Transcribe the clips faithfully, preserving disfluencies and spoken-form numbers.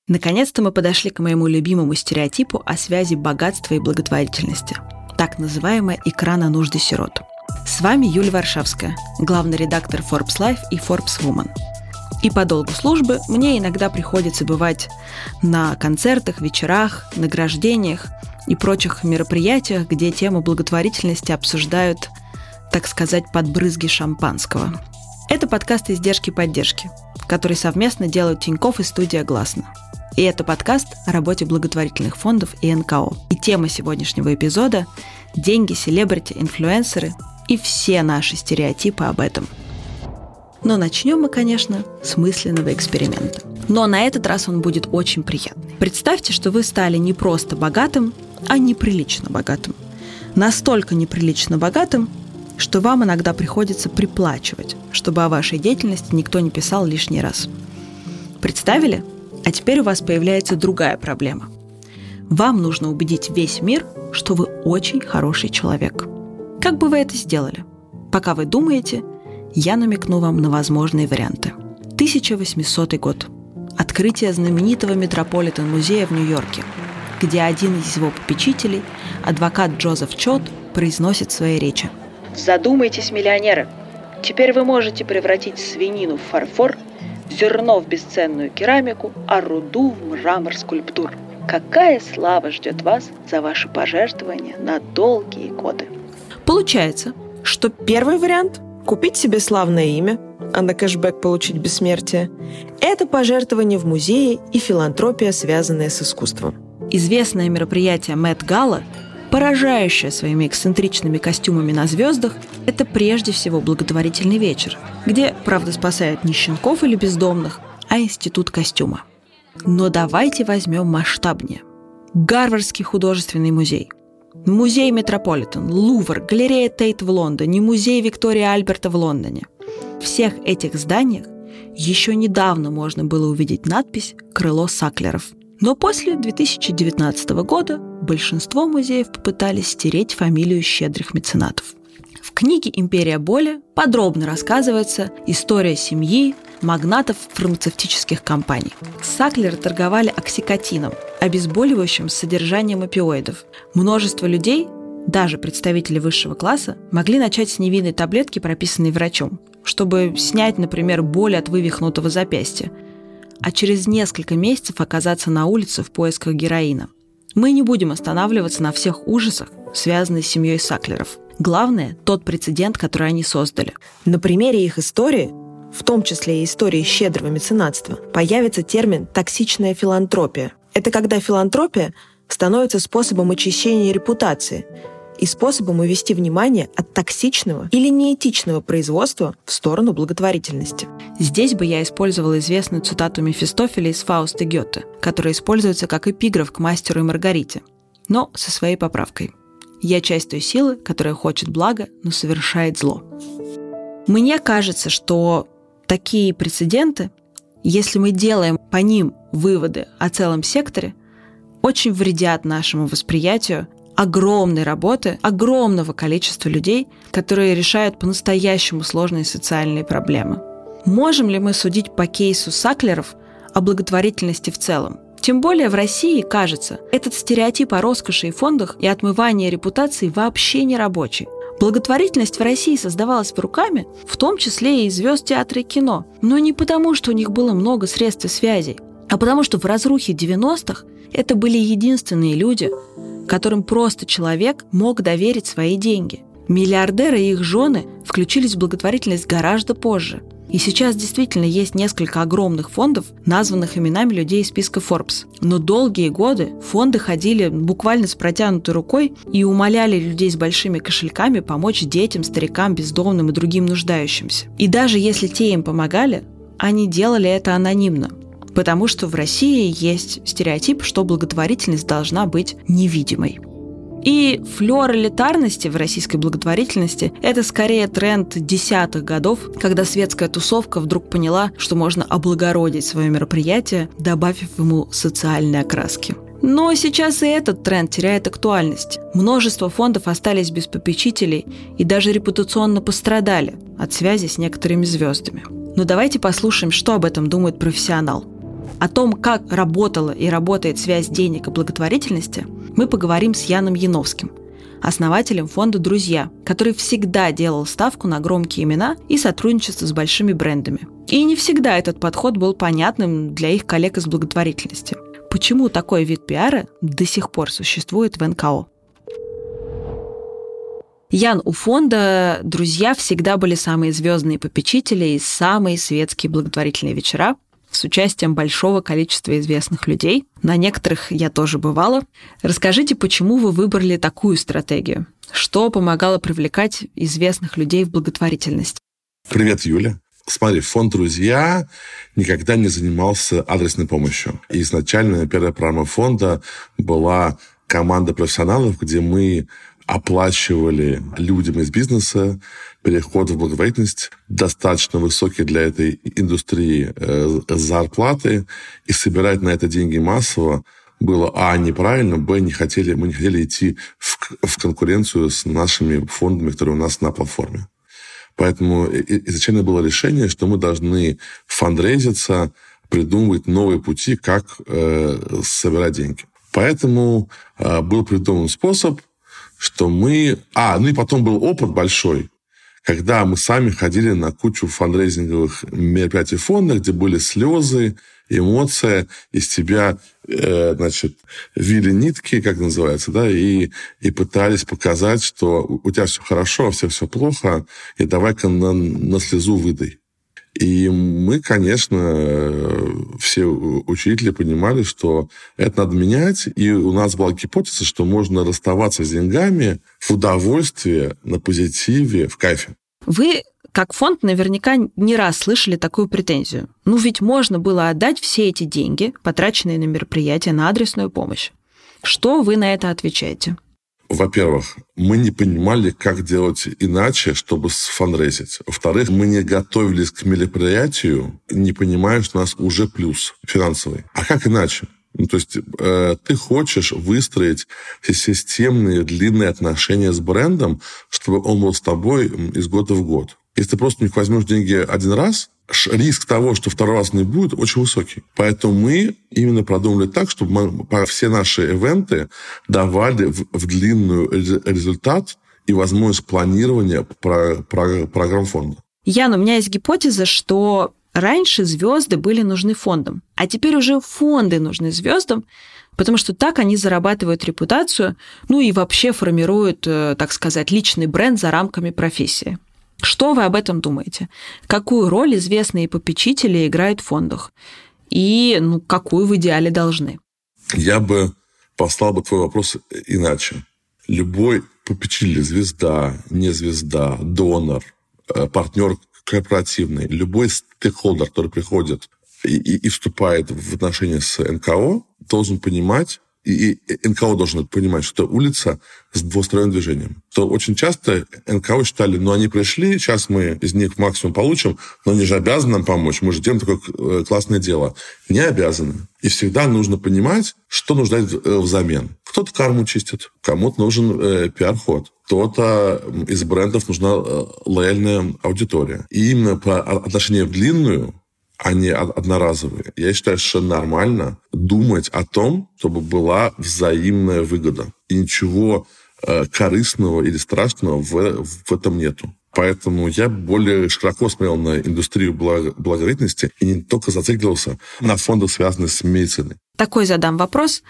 Наконец-то мы подошли к моему любимому стереотипу о связи богатства и благотворительности. Так называемая икра на нужды сирот. С вами Юлия Варшавская, главный редактор Forbes Life и Forbes Woman. И по долгу службы мне иногда приходится бывать на концертах, вечерах, награждениях и прочих мероприятиях, где тему благотворительности обсуждают, так сказать, под брызги шампанского. Это подкаст «Издержки поддержки», который совместно делают Тинькофф и студия «Гласно». И это подкаст о работе благотворительных фондов и эн ка о. И тема сегодняшнего эпизода – деньги, селебрити, инфлюенсеры и все наши стереотипы об этом. Но начнем мы, конечно, с мысленного эксперимента. Но на этот раз он будет очень приятный. Представьте, что вы стали не просто богатым, а неприлично богатым. Настолько неприлично богатым, что вам иногда приходится приплачивать, чтобы о вашей деятельности никто не писал лишний раз. Представили? А теперь у вас появляется другая проблема. Вам нужно убедить весь мир, что вы очень хороший человек. Как бы вы это сделали? Пока вы думаете, я намекну вам на возможные варианты. тысяча восьмисотый год. Открытие знаменитого Метрополитен-музея в Нью-Йорке, где один из его попечителей, адвокат Джозеф Чот, произносит свои речи. Задумайтесь, миллионеры. Теперь вы можете превратить свинину в фарфор, зерно в бесценную керамику, а руду в мрамор-скульптур. Какая слава ждет вас за ваши пожертвования на долгие годы? Получается, что первый вариант – купить себе славное имя, а на кэшбэк получить бессмертие – это пожертвование в музее и филантропия, связанная с искусством. Известное мероприятие Мет-Гала, поражающее своими эксцентричными костюмами на звездах, это прежде всего благотворительный вечер, где, правда, спасают не щенков или бездомных, а институт костюма. Но давайте возьмем масштабнее. Гарвардский художественный музей, музей Метрополитен, Лувр, галерея Тейт в Лондоне, музей Виктория Альберта в Лондоне. В всех этих зданиях еще недавно можно было увидеть надпись «Крыло Саклеров». Но после две тысячи девятнадцатого года большинство музеев попытались стереть фамилию щедрых меценатов. В книге «Империя боли» подробно рассказывается история семьи магнатов фармацевтических компаний. Саклеры торговали оксикотином, обезболивающим с содержанием опиоидов. Множество людей, даже представители высшего класса, могли начать с невинной таблетки, прописанной врачом, чтобы снять, например, боль от вывихнутого запястья, а через несколько месяцев оказаться на улице в поисках героина. Мы не будем останавливаться на всех ужасах, связанных с семьей Саклеров. Главное – тот прецедент, который они создали. На примере их истории, в том числе и истории щедрого меценатства, появится термин «токсичная филантропия». Это когда филантропия становится способом очищения репутации и способом увести внимание от токсичного или неэтичного производства в сторону благотворительности. Здесь бы я использовала известную цитату Мефистофеля из Фауста Гёте, которая используется как эпиграф к «Мастеру и Маргарите», но со своей поправкой. «Я часть той силы, которая хочет блага, но совершает зло». Мне кажется, что такие прецеденты, если мы делаем по ним выводы о целом секторе, очень вредят нашему восприятию огромной работы, огромного количества людей, которые решают по-настоящему сложные социальные проблемы. Можем ли мы судить по кейсу Саклеров о благотворительности в целом? Тем более в России, кажется, этот стереотип о роскоши и фондах и отмывании репутации вообще не рабочий. Благотворительность в России создавалась руками, в том числе и звезд театра и кино. Но не потому, что у них было много средств и связей, а потому что в разрухе девяностых это были единственные люди, которым просто человек мог доверить свои деньги. Миллиардеры и их жены включились в благотворительность гораздо позже. И сейчас действительно есть несколько огромных фондов, названных именами людей из списка Forbes. Но долгие годы фонды ходили буквально с протянутой рукой и умоляли людей с большими кошельками помочь детям, старикам, бездомным и другим нуждающимся. И даже если те им помогали, они делали это анонимно. Потому что в России есть стереотип, что благотворительность должна быть невидимой. И флёр элитарности в российской благотворительности – это скорее тренд десятых годов, когда светская тусовка вдруг поняла, что можно облагородить свое мероприятие, добавив ему социальные окраски. Но сейчас и этот тренд теряет актуальность. Множество фондов остались без попечителей и даже репутационно пострадали от связи с некоторыми звездами. Но давайте послушаем, что об этом думает профессионал. О том, как работала и работает связь денег и благотворительности, мы поговорим с Яном Яновским, основателем фонда «Друзья», который всегда делал ставку на громкие имена и сотрудничество с большими брендами. И не всегда этот подход был понятным для их коллег из благотворительности. Почему такой вид пиара до сих пор существует в эн ка о? Ян, у фонда «Друзья» всегда были самые звездные попечители и самые светские благотворительные вечера с участием большого количества известных людей. На некоторых я тоже бывала. Расскажите, почему вы выбрали такую стратегию? Что помогало привлекать известных людей в благотворительность? Привет, Юля. Смотри, фонд «Друзья» никогда не занимался адресной помощью. И изначально первая программа фонда была команда профессионалов, где мы оплачивали людям из бизнеса переход в благотворительность, достаточно высокие для этой индустрии э, зарплаты, и собирать на это деньги массово было, а, неправильно, б, не хотели, мы не хотели идти в, в конкуренцию с нашими фондами, которые у нас на платформе. Поэтому изначально было решение, что мы должны фандрейзиться, придумывать новые пути, как э, собирать деньги. Поэтому э, был придуман способ, что мы... А, ну и потом был опыт большой, когда мы сами ходили на кучу фандрейзинговых мероприятий фонда, где были слезы, эмоции, из тебя, э, значит, вили нитки, как называется, да, и, и пытались показать, что у тебя все хорошо, а всех все плохо, и давай-ка на, на слезу выдай. И мы, конечно, все учителя понимали, что это надо менять, и у нас была гипотеза, что можно расставаться с деньгами в удовольствие, на позитиве, в кайфе. Вы, как фонд, наверняка не раз слышали такую претензию. Ну ведь можно было отдать все эти деньги, потраченные на мероприятие, на адресную помощь. Что вы на это отвечаете? Во-первых, мы не понимали, как делать иначе, чтобы сфандрейзить. Во-вторых, мы не готовились к мероприятию, не понимая, что у нас уже плюс финансовый. А как иначе? Ну, то есть э, ты хочешь выстроить системные длинные отношения с брендом, чтобы он был с тобой из года в год. Если ты просто не возьмешь деньги один раз, риск того, что второй раз не будет, очень высокий. Поэтому мы именно продумали так, чтобы мы, все наши ивенты давали в, в длинную результат и возможность планирования про, про, программ фонда. Ян, у меня есть гипотеза, что раньше звезды были нужны фондам, а теперь уже фонды нужны звездам, потому что так они зарабатывают репутацию, ну и вообще формируют, так сказать, личный бренд за рамками профессии. Что вы об этом думаете? Какую роль известные попечители играют в фондах? И ну, какую в идеале должны? Я бы послал бы твой вопрос иначе. Любой попечитель, звезда, не звезда, донор, партнер корпоративный, любой стейкхолдер, который приходит и, и, и вступает в отношения с эн ка о, должен понимать, и эн ка о должен понимать, что улица с двусторонним движением. То очень часто эн ка о считали, ну, они пришли, сейчас мы из них максимум получим, но они же обязаны нам помочь, мы же делаем такое классное дело. Не обязаны. И всегда нужно понимать, что нужно дать взамен. Кто-то карму чистит, кому-то нужен э, пиар-ход, кто-то из брендов нужна э, лояльная аудитория. И именно по отношению в длинную, а не одноразовые. Я считаю, что нормально думать о том, чтобы была взаимная выгода. И ничего э, корыстного или страшного в, в этом нету. Поэтому я более широко смотрел на индустрию благотворительности и не только зацикливался на фондах, связанных с медициной. Такой задам вопрос.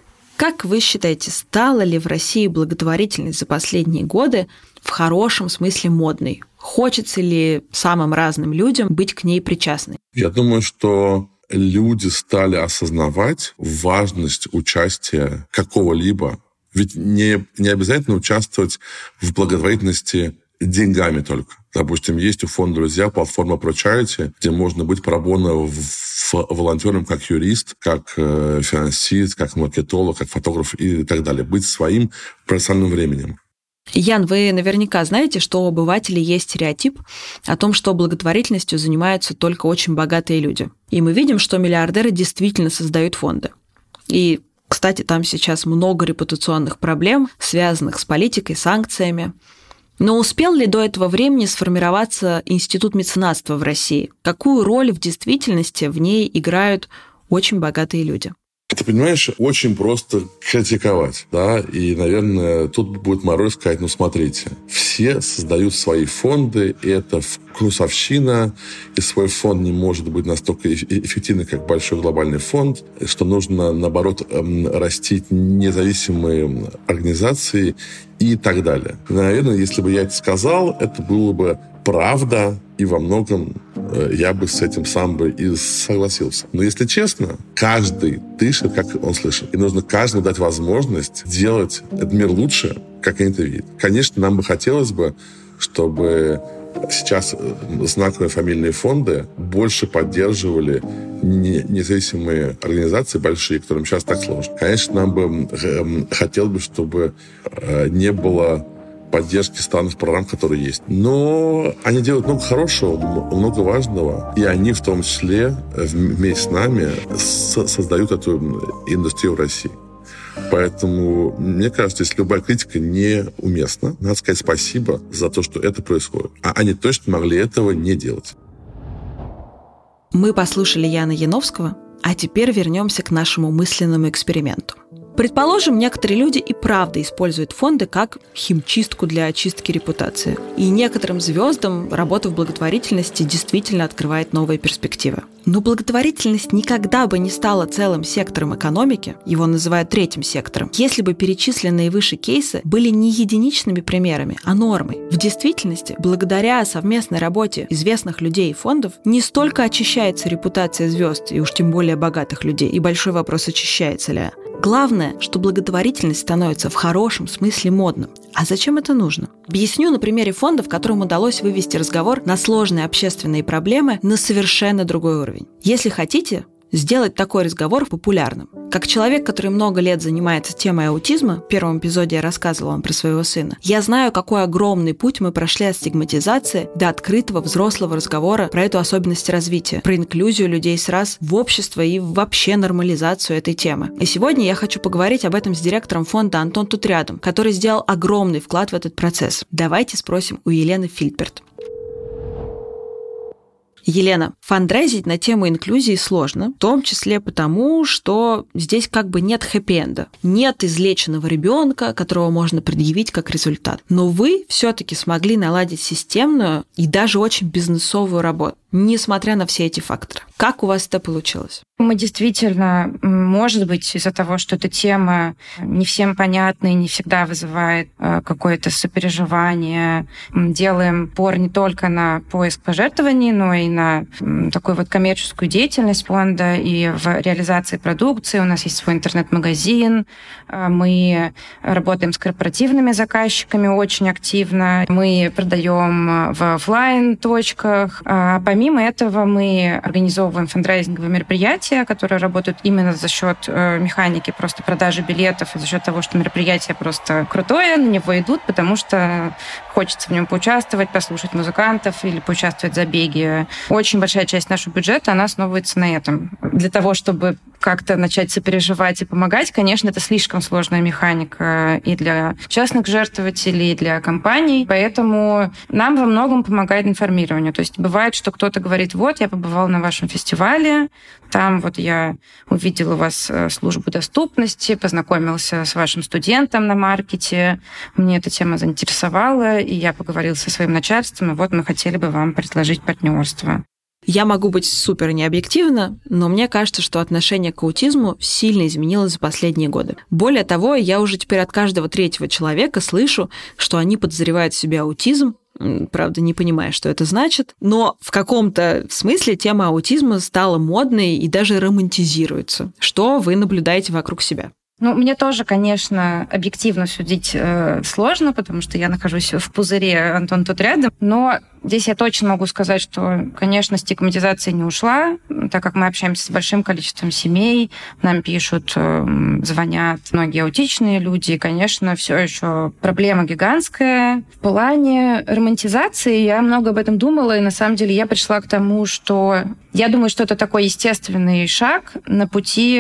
Как вы считаете, стала ли в России благотворительность за последние годы в хорошем смысле модной? Хочется ли самым разным людям быть к ней причастны? Я думаю, что люди стали осознавать важность участия какого-либо. Ведь не, не обязательно участвовать в благотворительности деньгами только. Допустим, есть у фонда «Друзья» платформа ProCharity, где можно быть пробонно волонтером как юрист, как э, финансист, как маркетолог, как фотограф и так далее. Быть своим профессиональным временем. Ян, вы наверняка знаете, что у обывателей есть стереотип о том, что благотворительностью занимаются только очень богатые люди. И мы видим, что миллиардеры действительно создают фонды. И, кстати, там сейчас много репутационных проблем, связанных с политикой, санкциями. Но успел ли до этого времени сформироваться институт меценатства в России? Какую роль в действительности в ней играют очень богатые люди. Ты понимаешь, очень просто критиковать, да, и, наверное, тут будет мораль сказать, ну, смотрите, все создают свои фонды, и это вкусовщина, и свой фонд не может быть настолько эффективным, как большой глобальный фонд, что нужно, наоборот, растить независимые организации и так далее. Наверное, если бы я это сказал, это было бы правда, и во многом я бы с этим сам бы и согласился. Но если честно, каждый дышит, как он слышит. И нужно каждому дать возможность делать этот мир лучше, как они это видят. Конечно, нам бы хотелось бы, чтобы сейчас знаковые фамильные фонды больше поддерживали независимые организации большие, которым сейчас так сложно. Конечно, нам бы хотелось бы, чтобы не было поддержки странных программ, которые есть. Но они делают много хорошего, много важного, и они в том числе вместе с нами создают эту индустрию в России. Поэтому, мне кажется, если любая критика неуместна, надо сказать спасибо за то, что это происходит. А они точно могли этого не делать. Мы послушали Яна Яновского, а теперь вернемся к нашему мысленному эксперименту. Предположим, некоторые люди и правда используют фонды как химчистку для очистки репутации. И некоторым звездам работа в благотворительности действительно открывает новые перспективы. Но благотворительность никогда бы не стала целым сектором экономики, его называют третьим сектором, если бы перечисленные выше кейсы были не единичными примерами, а нормой. В действительности, благодаря совместной работе известных людей и фондов, не столько очищается репутация звезд, и уж тем более богатых людей, и большой вопрос, очищается ли. Главное, что благотворительность становится в хорошем смысле модным. А зачем это нужно? Объясню на примере фондов, которым удалось вывести разговор на сложные общественные проблемы на совершенно другой уровень. Если хотите, сделать такой разговор популярным. Как человек, который много лет занимается темой аутизма, в первом эпизоде я рассказывала вам про своего сына, я знаю, какой огромный путь мы прошли от стигматизации до открытого взрослого разговора про эту особенность развития, про инклюзию людей с РАС в общество и вообще нормализацию этой темы. И сегодня я хочу поговорить об этом с директором фонда Антон тут рядом, который сделал огромный вклад в этот процесс. Давайте спросим у Елены Фильперт. Елена, фандрайзить на тему инклюзии сложно, в том числе потому, что здесь как бы нет хэппи-энда. Нет излеченного ребенка, которого можно предъявить как результат. Но вы все-таки смогли наладить системную и даже очень бизнесовую работу, несмотря на все эти факторы. Как у вас это получилось? Мы действительно, может быть, из-за того, что эта тема не всем понятна и не всегда вызывает какое-то сопереживание, делаем упор не только на поиск пожертвований, но и на такую вот коммерческую деятельность фонда и в реализации продукции. У нас есть свой интернет-магазин, мы работаем с корпоративными заказчиками очень активно, мы продаем в офлайн-точках. А помимо этого мы организовываем фандрайзинговые мероприятия, которые работают именно за счет э, механики просто продажи билетов и за счет того, что мероприятие просто крутое, на него идут, потому что хочется в нем поучаствовать, послушать музыкантов или поучаствовать в забеге. Очень большая часть нашего бюджета, она основывается на этом. Для того, чтобы как-то начать сопереживать и помогать, конечно, это слишком сложная механика и для частных жертвователей, и для компаний, поэтому нам во многом помогает информирование. То есть бывает, что кто-то говорит, вот, я побывал на вашем фестивале, там вот я увидел у вас службу доступности, познакомился с вашим студентом на маркете, мне эта тема заинтересовала, и я поговорил со своим начальством, и вот мы хотели бы вам предложить партнерство. Я могу быть супер необъективна, но мне кажется, что отношение к аутизму сильно изменилось за последние годы. Более того, я уже теперь от каждого третьего человека слышу, что они подозревают в себе аутизм, правда, не понимая, что это значит, но в каком-то смысле тема аутизма стала модной и даже романтизируется. Что вы наблюдаете вокруг себя? Ну, мне тоже, конечно, объективно судить э, сложно, потому что я нахожусь в пузыре, Антон тут рядом. Но здесь я точно могу сказать, что, конечно, стигматизация не ушла, так как мы общаемся с большим количеством семей, нам пишут, э, звонят многие аутичные люди. И, конечно, все еще проблема гигантская. В плане романтизации я много об этом думала, и на самом деле я пришла к тому, что я думаю, что это такой естественный шаг на пути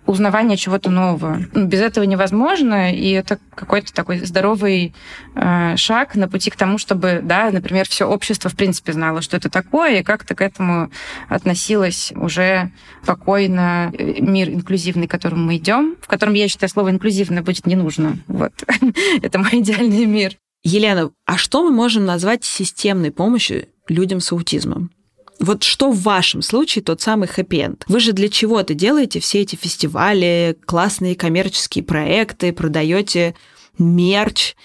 узнавание чего-то нового. Без этого невозможно, и это какой-то такой здоровый э, шаг на пути к тому, чтобы, да, например, все общество в принципе знало, что это такое, и как-то к этому относилось уже спокойно. Мир инклюзивный, к которому мы идем, в котором, я считаю, слово «инклюзивно» будет не нужно. Вот. Это мой идеальный мир. Елена, а что мы можем назвать системной помощью людям с аутизмом? Вот что в вашем случае тот самый хэппи-энд? Вы же для чего-то делаете все эти фестивали, классные коммерческие проекты, продаете мерч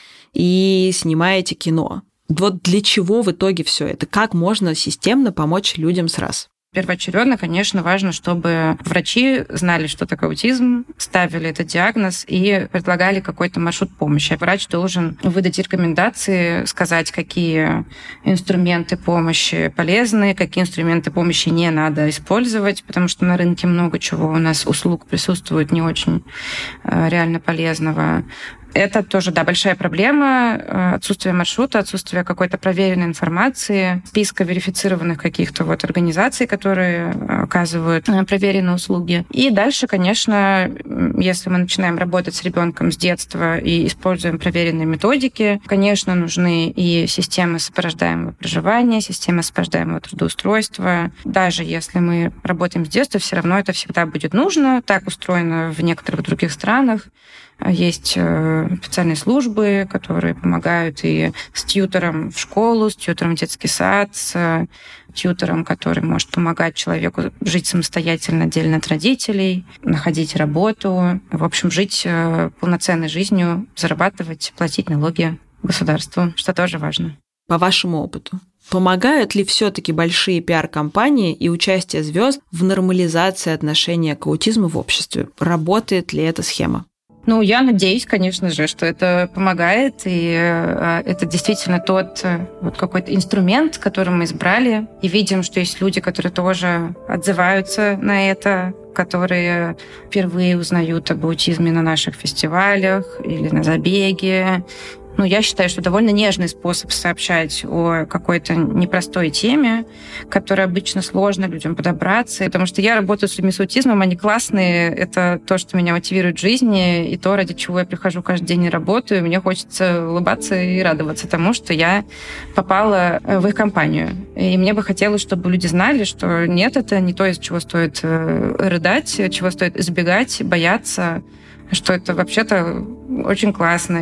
и снимаете кино. Вот для чего в итоге все это? Как можно системно помочь людям с РАС? Первоочередно, конечно, важно, чтобы врачи знали, что такое аутизм, ставили этот диагноз и предлагали какой-то маршрут помощи. Врач должен выдать рекомендации, сказать, какие инструменты помощи полезны, какие инструменты помощи не надо использовать, потому что на рынке много чего у нас услуг присутствует не очень реально полезного. Это тоже, да, большая проблема. Отсутствие маршрута, отсутствие какой-то проверенной информации, списка верифицированных каких-то вот организаций, которые оказывают проверенные услуги. И дальше, конечно, если мы начинаем работать с ребенком с детства и используем проверенные методики, конечно, нужны и системы сопровождаемого проживания, системы сопровождаемого трудоустройства. Даже если мы работаем с детства, все равно это всегда будет нужно. Так устроено в некоторых других странах. Есть специальные службы, которые помогают и с тьютором в школу, с тьютором в детский сад, с тьютором, который может помогать человеку жить самостоятельно, отдельно от родителей, находить работу, в общем, жить полноценной жизнью, зарабатывать, платить налоги государству, что тоже важно. По вашему опыту, помогают ли все-таки большие пиар-компании и участие звезд в нормализации отношения к аутизму в обществе? Работает ли эта схема? Ну, я надеюсь, конечно же, что это помогает, и это действительно тот вот какой-то инструмент, который мы избрали, и видим, что есть люди, которые тоже отзываются на это, которые впервые узнают об аутизме на наших фестивалях или на забеге. Ну, я считаю, что довольно нежный способ сообщать о какой-то непростой теме, к которой обычно сложно людям подобраться. Потому что я работаю с людьми с аутизмом, они классные. Это то, что меня мотивирует в жизни, и то, ради чего я прихожу каждый день и работаю. Мне хочется улыбаться и радоваться тому, что я попала в их компанию. И мне бы хотелось, чтобы люди знали, что нет, это не то, из чего стоит рыдать, чего стоит избегать, бояться, что это вообще-то очень классно.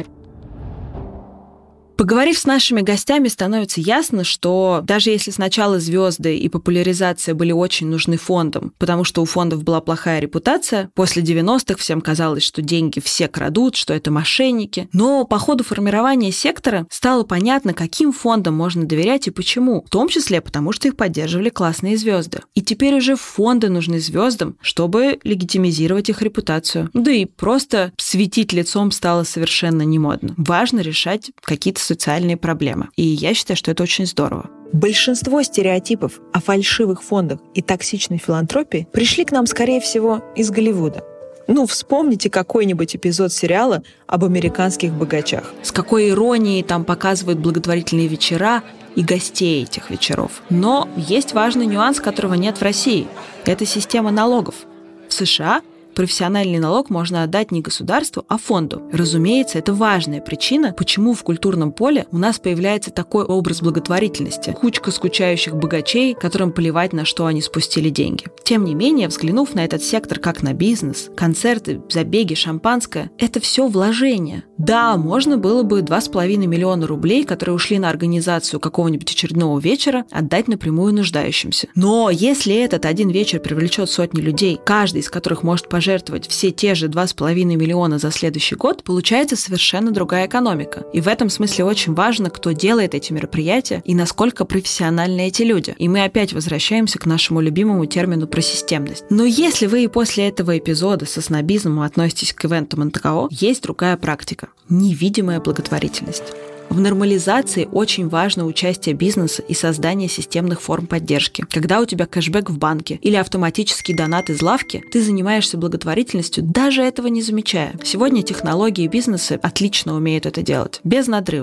Поговорив с нашими гостями, становится ясно, что даже если сначала звезды и популяризация были очень нужны фондам, потому что у фондов была плохая репутация, после девяностых всем казалось, что деньги все крадут, что это мошенники. Но по ходу формирования сектора стало понятно, каким фондам можно доверять и почему, в том числе потому, что их поддерживали классные звезды. И теперь уже фонды нужны звездам, чтобы легитимизировать их репутацию. Да и просто светить лицом стало совершенно не модно. Важно решать какие-то социальные проблемы. И я считаю, что это очень здорово. Большинство стереотипов о фальшивых фондах и токсичной филантропии пришли к нам, скорее всего, из Голливуда. Ну, вспомните какой-нибудь эпизод сериала об американских богачах. С какой иронией там показывают благотворительные вечера и гостей этих вечеров. Но есть важный нюанс, которого нет в России. Это система налогов. В США профессиональный налог можно отдать не государству, а фонду. Разумеется, это важная причина, почему в культурном поле у нас появляется такой образ благотворительности. Кучка скучающих богачей, которым плевать, на что они спустили деньги. Тем не менее, взглянув на этот сектор как на бизнес, концерты, забеги, шампанское – это все вложения. Да, можно было бы два с половиной миллиона рублей, которые ушли на организацию какого-нибудь очередного вечера, отдать напрямую нуждающимся. Но если этот один вечер привлечет сотни людей, каждый из которых может пожертвовать жертвовать все те же два с половиной миллиона за следующий год, получается совершенно другая экономика. И в этом смысле очень важно, кто делает эти мероприятия и насколько профессиональны эти люди. И мы опять возвращаемся к нашему любимому термину про системность. Но если вы и после этого эпизода со снобизмом относитесь к ивентам эн тэ ка о, есть другая практика – невидимая благотворительность. В нормализации очень важно участие бизнеса и создание системных форм поддержки. Когда у тебя кэшбэк в банке или автоматический донат из лавки, ты занимаешься благотворительностью, даже этого не замечая. Сегодня технологии и бизнесы отлично умеют это делать, без надрыва.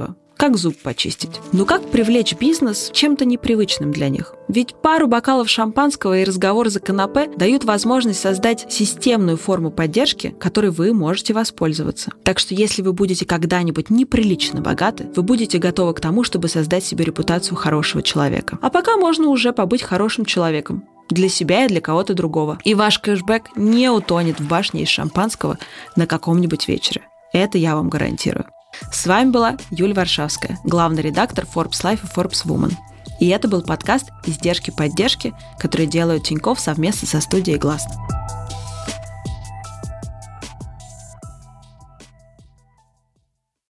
как зуб почистить. Но как привлечь бизнес чем-то непривычным для них? Ведь пару бокалов шампанского и разговор за канапе дают возможность создать системную форму поддержки, которой вы можете воспользоваться. Так что если вы будете когда-нибудь неприлично богаты, вы будете готовы к тому, чтобы создать себе репутацию хорошего человека. А пока можно уже побыть хорошим человеком. Для себя и для кого-то другого. И ваш кэшбэк не утонет в башне из шампанского на каком-нибудь вечере. Это я вам гарантирую. С вами была Юлия Варшавская, главный редактор Forbes Life и Forbes Woman. И это был подкаст «Издержки поддержки», который делают Тинькофф совместно со студией «Гласно».